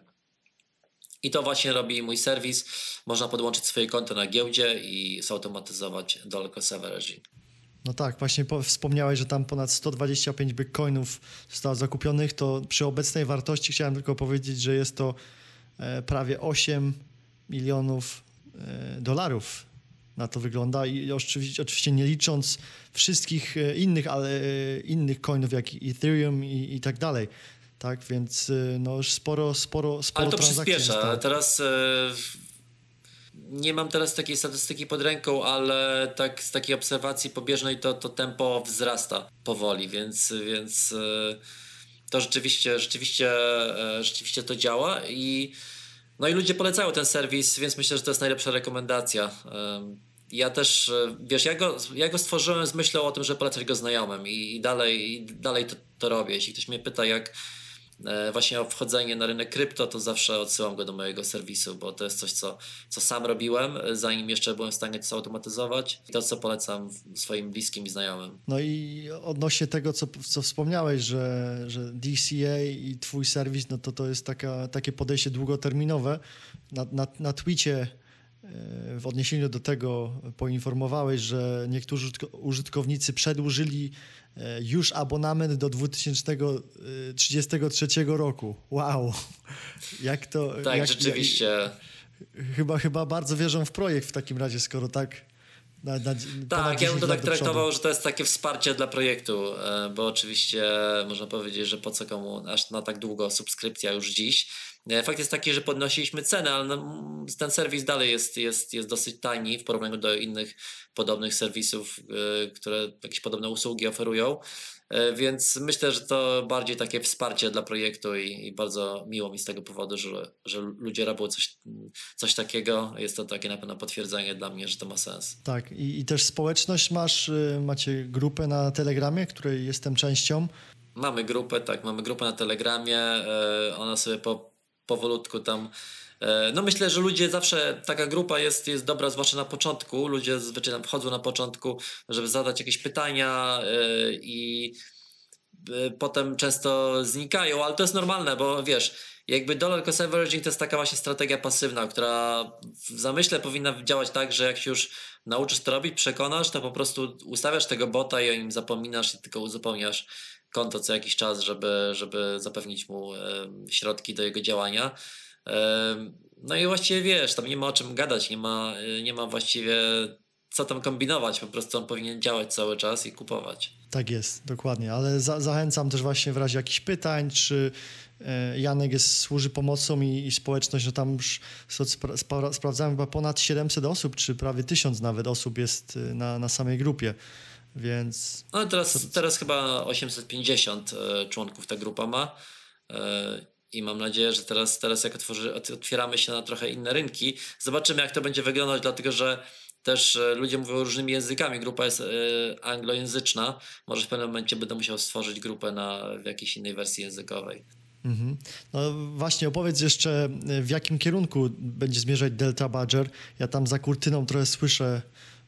I to właśnie robi mój serwis. Można podłączyć swoje konto na giełdzie i zautomatyzować dollar cost averaging. No tak, właśnie wspomniałeś, że tam ponad 125 bitcoinów zostało zakupionych, to przy obecnej wartości chciałem tylko powiedzieć, że jest to prawie 8 milionów dolarów. Na to wygląda i oczywiście nie licząc wszystkich innych coinów jak Ethereum i tak dalej. Tak, więc no już sporo ale to transakcji przyspiesza. zostało. Teraz nie mam teraz takiej statystyki pod ręką, ale tak z takiej obserwacji pobieżnej to tempo wzrasta powoli, więc to rzeczywiście to działa i no i ludzie polecają ten serwis, więc myślę, że to jest najlepsza rekomendacja. Ja też, wiesz, ja go stworzyłem z myślą o tym, żeby polecać go znajomym i dalej to robię. Jeśli ktoś mnie pyta, jak właśnie o wchodzenie na rynek krypto, to zawsze odsyłam go do mojego serwisu, bo to jest coś, co sam robiłem, zanim jeszcze byłem w stanie to zautomatyzować i to, co polecam swoim bliskim i znajomym. No i odnośnie tego, co wspomniałeś, że DCA i twój serwis, no to jest takie podejście długoterminowe. Na Twitcie w odniesieniu do tego poinformowałeś, że niektórzy użytkownicy przedłużyli już abonament do 2033 roku. Wow! Jak to... Tak, rzeczywiście. Chyba bardzo wierzą w projekt w takim razie, skoro tak ponad Tak, ja bym 10 to lat tak do przodu. traktował, że to jest takie wsparcie dla projektu, bo oczywiście można powiedzieć, że po co komu aż na tak długo subskrypcja już dziś. Fakt jest taki, że podnosiliśmy cenę, ale ten serwis dalej jest dosyć tani w porównaniu do innych podobnych serwisów, które jakieś podobne usługi oferują. Więc myślę, że to bardziej takie wsparcie dla projektu i bardzo miło mi z tego powodu, że ludzie robią coś takiego. Jest to takie na pewno potwierdzenie dla mnie, że to ma sens. Tak, i też społeczność macie grupę na Telegramie, której jestem częścią. Mamy grupę, tak, mamy grupę na Telegramie, ona sobie powolutku tam, no myślę, że ludzie zawsze, taka grupa jest dobra, zwłaszcza na początku, ludzie zazwyczaj tam wchodzą na początku, żeby zadać jakieś pytania i potem często znikają, ale to jest normalne, bo wiesz, jakby dollar cost averaging to jest taka właśnie strategia pasywna, która w zamyśle powinna działać tak, że jak się już nauczysz to robić, przekonasz, to po prostu ustawiasz tego bota i o nim zapominasz i tylko uzupełniasz konto co jakiś czas, żeby zapewnić mu środki do jego działania. No i właściwie wiesz, tam nie ma o czym gadać, nie ma właściwie co tam kombinować, po prostu on powinien działać cały czas i kupować. Tak jest, dokładnie, ale zachęcam też właśnie w razie jakichś pytań, czy Janek służy pomocą i społeczność, no tam już sprawdzałem chyba ponad 700 osób, czy prawie 1000 nawet osób jest na samej grupie, więc... No teraz chyba 850 członków ta grupa ma i mam nadzieję, że teraz jak otwieramy się na trochę inne rynki, zobaczymy jak to będzie wyglądać, dlatego że też ludzie mówią różnymi językami, grupa jest anglojęzyczna, może w pewnym momencie będę musiał stworzyć grupę w jakiejś innej wersji językowej. Mhm. No właśnie, opowiedz jeszcze, w jakim kierunku będzie zmierzać Delta Badger. Ja tam za kurtyną trochę słyszę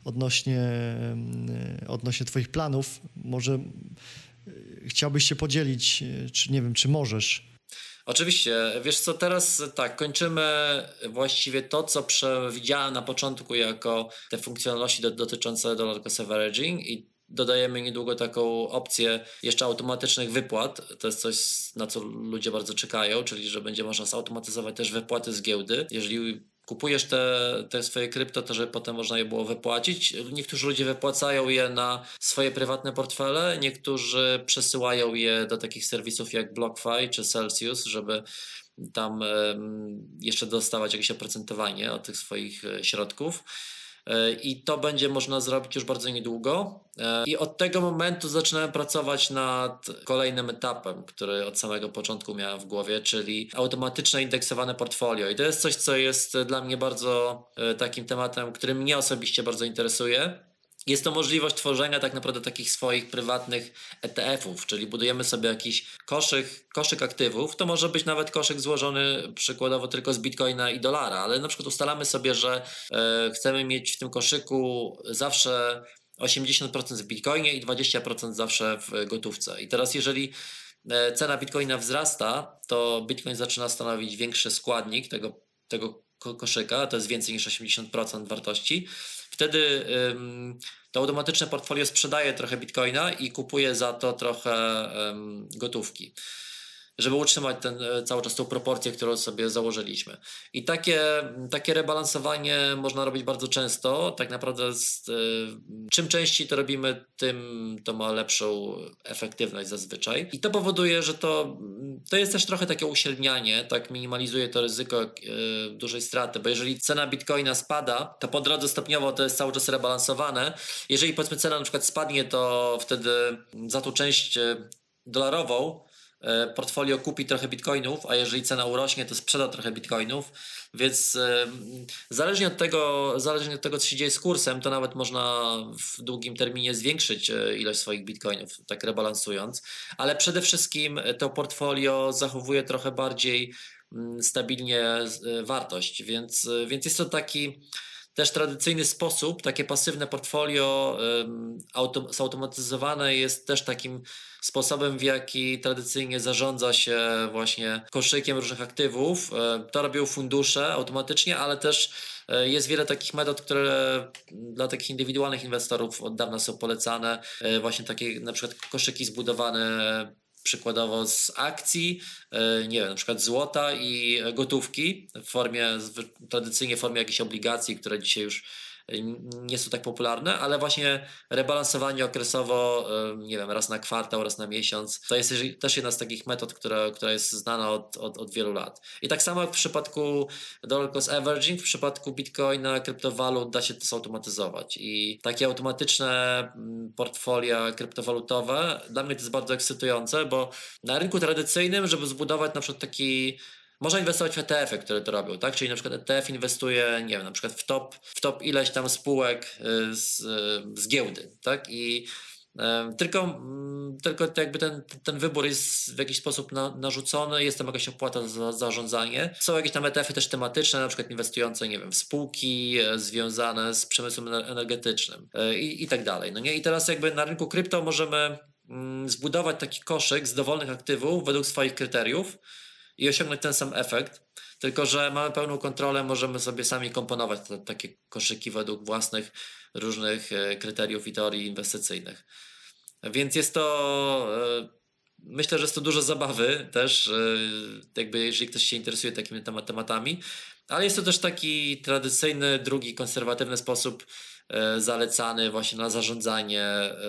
odnośnie twoich planów. Może chciałbyś się podzielić, czy nie wiem, czy możesz? Oczywiście, wiesz co, teraz tak, kończymy właściwie to, co przewidziałem na początku jako te funkcjonalności dotyczące dollar cost averaging i dodajemy niedługo taką opcję jeszcze automatycznych wypłat. To jest coś, na co ludzie bardzo czekają, czyli że będzie można zautomatyzować też wypłaty z giełdy. Jeżeli kupujesz te swoje krypto, to żeby potem można je było wypłacić. Niektórzy ludzie wypłacają je na swoje prywatne portfele, niektórzy przesyłają je do takich serwisów jak BlockFi czy Celsius, żeby tam jeszcze dostawać jakieś oprocentowanie od tych swoich środków. I to będzie można zrobić już bardzo niedługo. I od tego momentu zaczynałem pracować nad kolejnym etapem, który od samego początku miałem w głowie, czyli automatyczne indeksowane portfolio. I to jest coś, co jest dla mnie bardzo takim tematem, który mnie osobiście bardzo interesuje. Jest to możliwość tworzenia tak naprawdę takich swoich prywatnych ETF-ów, czyli budujemy sobie jakiś koszyk aktywów. To może być nawet koszyk złożony przykładowo tylko z Bitcoina i dolara, ale na przykład ustalamy sobie, że chcemy mieć w tym koszyku zawsze 80% w Bitcoinie i 20% zawsze w gotówce. I teraz jeżeli cena Bitcoina wzrasta, to Bitcoin zaczyna stanowić większy składnik tego koszyka, to jest więcej niż 80% wartości. Wtedy to automatyczne portfolio sprzedaje trochę Bitcoina i kupuje za to trochę gotówki, żeby utrzymać cały czas tą proporcję, którą sobie założyliśmy. I takie rebalansowanie można robić bardzo często. Tak naprawdę czym częściej to robimy, tym to ma lepszą efektywność zazwyczaj. I to powoduje, że to jest też trochę takie uśrednianie, tak minimalizuje to ryzyko dużej straty, bo jeżeli cena Bitcoina spada, to po drodze stopniowo to jest cały czas rebalansowane. Jeżeli powiedzmy cena na przykład spadnie, to wtedy za tą część dolarową portfolio kupi trochę bitcoinów, a jeżeli cena urośnie, to sprzeda trochę bitcoinów, więc zależnie od tego, co się dzieje z kursem, to nawet można w długim terminie zwiększyć ilość swoich bitcoinów, tak rebalansując, ale przede wszystkim to portfolio zachowuje trochę bardziej stabilnie wartość, więc jest to taki też tradycyjny sposób, takie pasywne portfolio zautomatyzowane jest też takim sposobem, w jaki tradycyjnie zarządza się właśnie koszykiem różnych aktywów. To robią fundusze automatycznie, ale też jest wiele takich metod, które dla takich indywidualnych inwestorów od dawna są polecane. Właśnie takie na przykład koszyki zbudowane przykładowo z akcji, nie wiem, na przykład złota i gotówki tradycyjnie w formie jakichś obligacji, które dzisiaj już nie są tak popularne, ale właśnie rebalansowanie okresowo, nie wiem, raz na kwartał, raz na miesiąc, to jest też jedna z takich metod, która jest znana od wielu lat. I tak samo jak w przypadku dollar cost averaging, w przypadku Bitcoina, kryptowalut da się to zautomatyzować i takie automatyczne portfolia kryptowalutowe, dla mnie to jest bardzo ekscytujące, bo na rynku tradycyjnym, żeby zbudować na przykład taki można inwestować w ETF-y, które to robią, tak? Czyli na przykład ETF inwestuje, nie wiem, na przykład w top ileś tam spółek z giełdy, tak? I tylko jakby ten wybór jest w jakiś sposób narzucony, jest tam jakaś opłata za zarządzanie. Są jakieś tam ETF-y też tematyczne, na przykład inwestujące, nie wiem, w spółki związane z przemysłem energetycznym i tak dalej. No nie? I teraz jakby na rynku krypto możemy zbudować taki koszyk z dowolnych aktywów według swoich kryteriów i osiągnąć ten sam efekt, tylko że mamy pełną kontrolę, możemy sobie sami komponować takie koszyki według własnych różnych kryteriów i teorii inwestycyjnych. Więc jest to, myślę, że jest to dużo zabawy też, jakby jeżeli ktoś się interesuje takimi tematami, ale jest to też taki tradycyjny, drugi, konserwatywny sposób zalecany właśnie na zarządzanie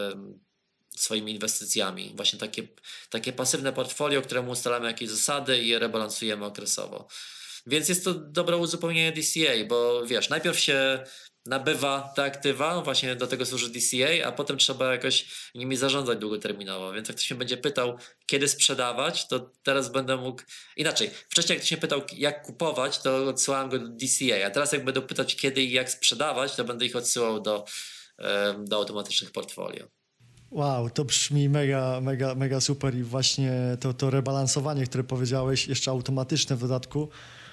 swoimi inwestycjami. Właśnie takie pasywne portfolio, któremu ustalamy jakieś zasady i je rebalansujemy okresowo. Więc jest to dobre uzupełnienie DCA, bo wiesz, najpierw się nabywa te aktywa, właśnie do tego służy DCA, a potem trzeba jakoś nimi zarządzać długoterminowo. Więc jak ktoś mnie będzie pytał, kiedy sprzedawać, to teraz będę mógł... Inaczej, wcześniej jak ktoś mnie pytał, jak kupować, to odsyłałem go do DCA, a teraz jak będą pytać, kiedy i jak sprzedawać, to będę ich odsyłał do automatycznych portfolio. Wow, to brzmi mega, mega, mega super i właśnie to rebalansowanie, które powiedziałeś, jeszcze automatyczne w dodatku,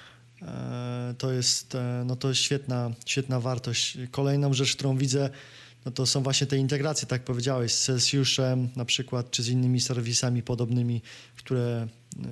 to jest świetna wartość. Kolejną rzecz, którą widzę, no to są właśnie te integracje, tak powiedziałeś, z Celsiusem na przykład, czy z innymi serwisami podobnymi, które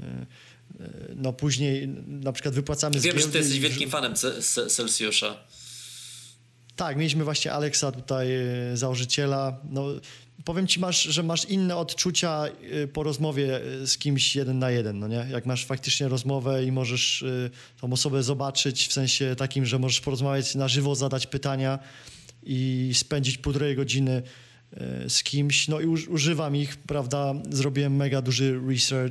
no później na przykład wypłacamy z giełdy. Wiem, że ty jesteś i... wielkim fanem Celsiusa. Tak, mieliśmy właśnie Alexa tutaj, założyciela. No, powiem ci, że masz inne odczucia po rozmowie z kimś 1 na 1, no nie? Jak masz faktycznie rozmowę i możesz tą osobę zobaczyć w sensie takim, że możesz porozmawiać na żywo, zadać pytania i spędzić 1,5 godziny z kimś. No i używam ich, prawda? Zrobiłem mega duży research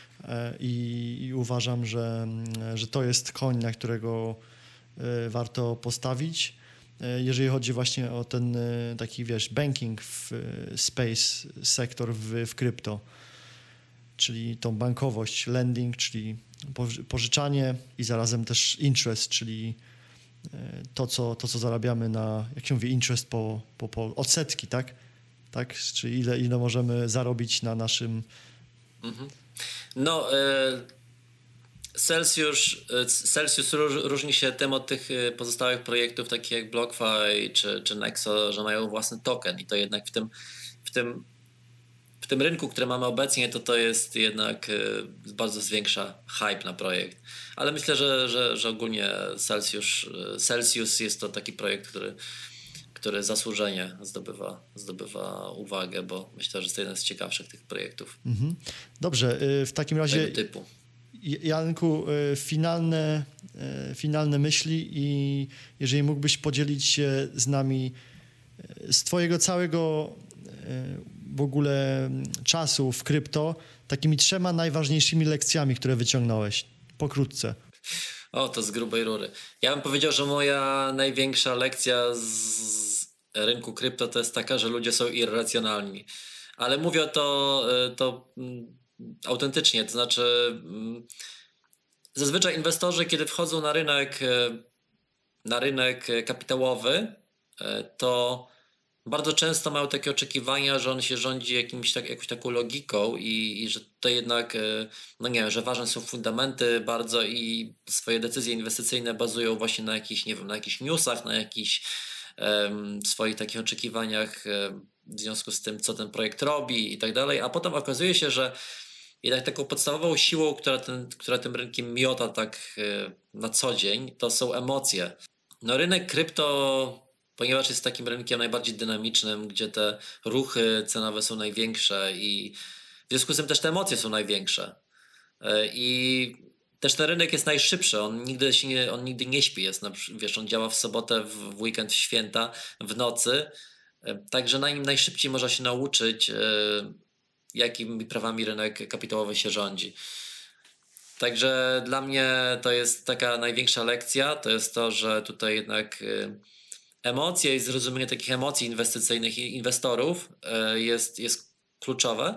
i uważam, że to jest koń, na którego warto postawić. Jeżeli chodzi właśnie o ten taki, wiesz, banking space, sektor w krypto, czyli tą bankowość, lending, czyli pożyczanie i zarazem też interest, czyli to, co zarabiamy na, jak się mówi, interest po odsetki, tak? Tak? Czyli ile możemy zarobić na naszym... Mhm. No, Celsius różni się tym od tych pozostałych projektów, takich jak BlockFi czy Nexo, że mają własny token i to jednak w tym rynku, który mamy obecnie, to jest jednak bardzo zwiększa hype na projekt. Ale myślę, że ogólnie Celsius jest to taki projekt, który zasłużenie zdobywa uwagę, bo myślę, że jest to jeden z ciekawszych tych projektów. Mhm. Dobrze, w takim razie... Tego typu. Janku, finalne myśli i jeżeli mógłbyś podzielić się z nami z twojego całego w ogóle czasu w krypto takimi 3 najważniejszymi lekcjami, które wyciągnąłeś, pokrótce. O, to z grubej rury. Ja bym powiedział, że moja największa lekcja z rynku krypto to jest taka, że ludzie są irracjonalni. Ale mówię to autentycznie, to znaczy zazwyczaj inwestorzy, kiedy wchodzą na rynek kapitałowy, to bardzo często mają takie oczekiwania, że on się rządzi jakąś taką logiką i że to jednak, no nie wiem, że ważne są fundamenty bardzo i swoje decyzje inwestycyjne bazują właśnie na jakichś, nie wiem, na jakichś newsach, na jakichś swoich takich oczekiwaniach w związku z tym, co ten projekt robi i tak dalej, a potem okazuje się, że jednak taką podstawową siłą, która tym rynkiem miota tak na co dzień, to są emocje. No rynek krypto, ponieważ jest takim rynkiem najbardziej dynamicznym, gdzie te ruchy cenowe są największe i w związku z tym też te emocje są największe. I też ten rynek jest najszybszy, on nigdy nie śpi, wiesz, on działa w sobotę, w weekend, w święta, w nocy, także na nim najszybciej można się nauczyć, jakimi prawami rynek kapitałowy się rządzi. Także dla mnie to jest taka największa lekcja, to jest to, że tutaj jednak emocje i zrozumienie takich emocji inwestycyjnych i inwestorów jest kluczowe.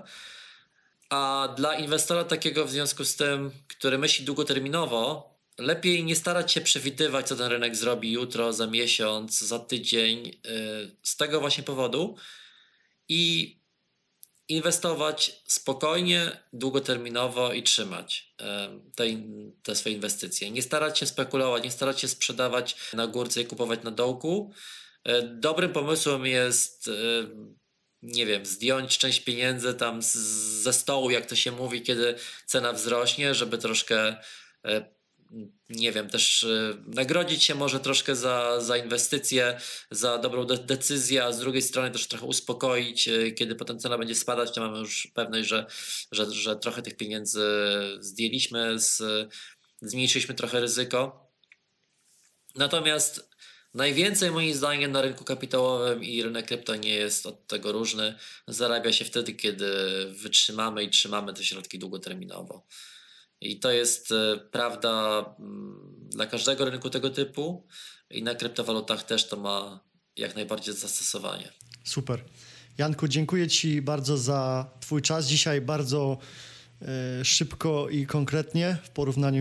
A dla inwestora takiego w związku z tym, który myśli długoterminowo, lepiej nie starać się przewidywać, co ten rynek zrobi jutro, za miesiąc, za tydzień, z tego właśnie powodu i inwestować spokojnie, długoterminowo i trzymać te swoje inwestycje. Nie starać się spekulować, nie starać się sprzedawać na górce i kupować na dołku. Dobrym pomysłem jest, nie wiem, zdjąć część pieniędzy tam ze stołu, jak to się mówi, kiedy cena wzrośnie, żeby troszkę, nie wiem, też nagrodzić się może troszkę za inwestycje, za dobrą decyzję, a z drugiej strony też trochę uspokoić, kiedy potem cena będzie spadać, to mamy już pewność, że trochę tych pieniędzy zdjęliśmy, zmniejszyliśmy trochę ryzyko. Natomiast najwięcej moim zdaniem na rynku kapitałowym i rynek krypto nie jest od tego różny. Zarabia się wtedy, kiedy wytrzymamy i trzymamy te środki długoterminowo. I to jest prawda dla każdego rynku tego typu i na kryptowalutach też to ma jak najbardziej zastosowanie. Super. Janku, dziękuję Ci bardzo za Twój czas. Dzisiaj bardzo szybko i konkretnie w porównaniu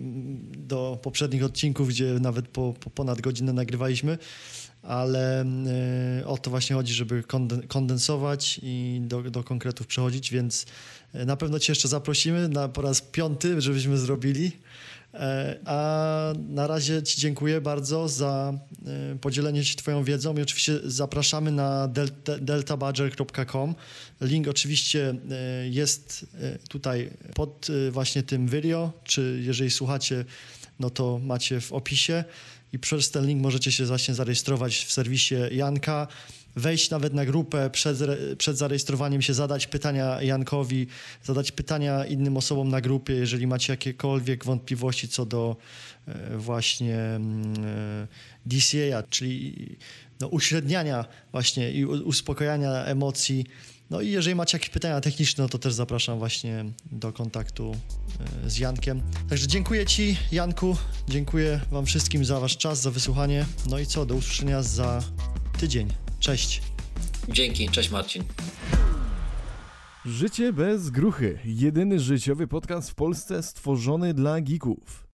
do poprzednich odcinków, gdzie nawet po ponad godzinę nagrywaliśmy, ale o to właśnie chodzi, żeby kondensować i do konkretów przechodzić, więc na pewno Cię jeszcze zaprosimy po raz 5, żebyśmy zrobili. A na razie Ci dziękuję bardzo za podzielenie się Twoją wiedzą i oczywiście zapraszamy na deltabadger.com. Link oczywiście jest tutaj pod właśnie tym video, czy jeżeli słuchacie, no to macie w opisie i przez ten link możecie się właśnie zarejestrować w serwisie Janka, wejść nawet na grupę przed zarejestrowaniem się, zadać pytania Jankowi, zadać pytania innym osobom na grupie, jeżeli macie jakiekolwiek wątpliwości co do właśnie DCA, czyli uśredniania właśnie i uspokajania emocji. No i jeżeli macie jakieś pytania techniczne, no to też zapraszam właśnie do kontaktu z Jankiem. Także dziękuję Ci, Janku, dziękuję Wam wszystkim za Wasz czas, za wysłuchanie. No i co, do usłyszenia za tydzień. Cześć. Dzięki, cześć Marcin. Życie bez gruchy. Jedyny życiowy podcast w Polsce stworzony dla geeków.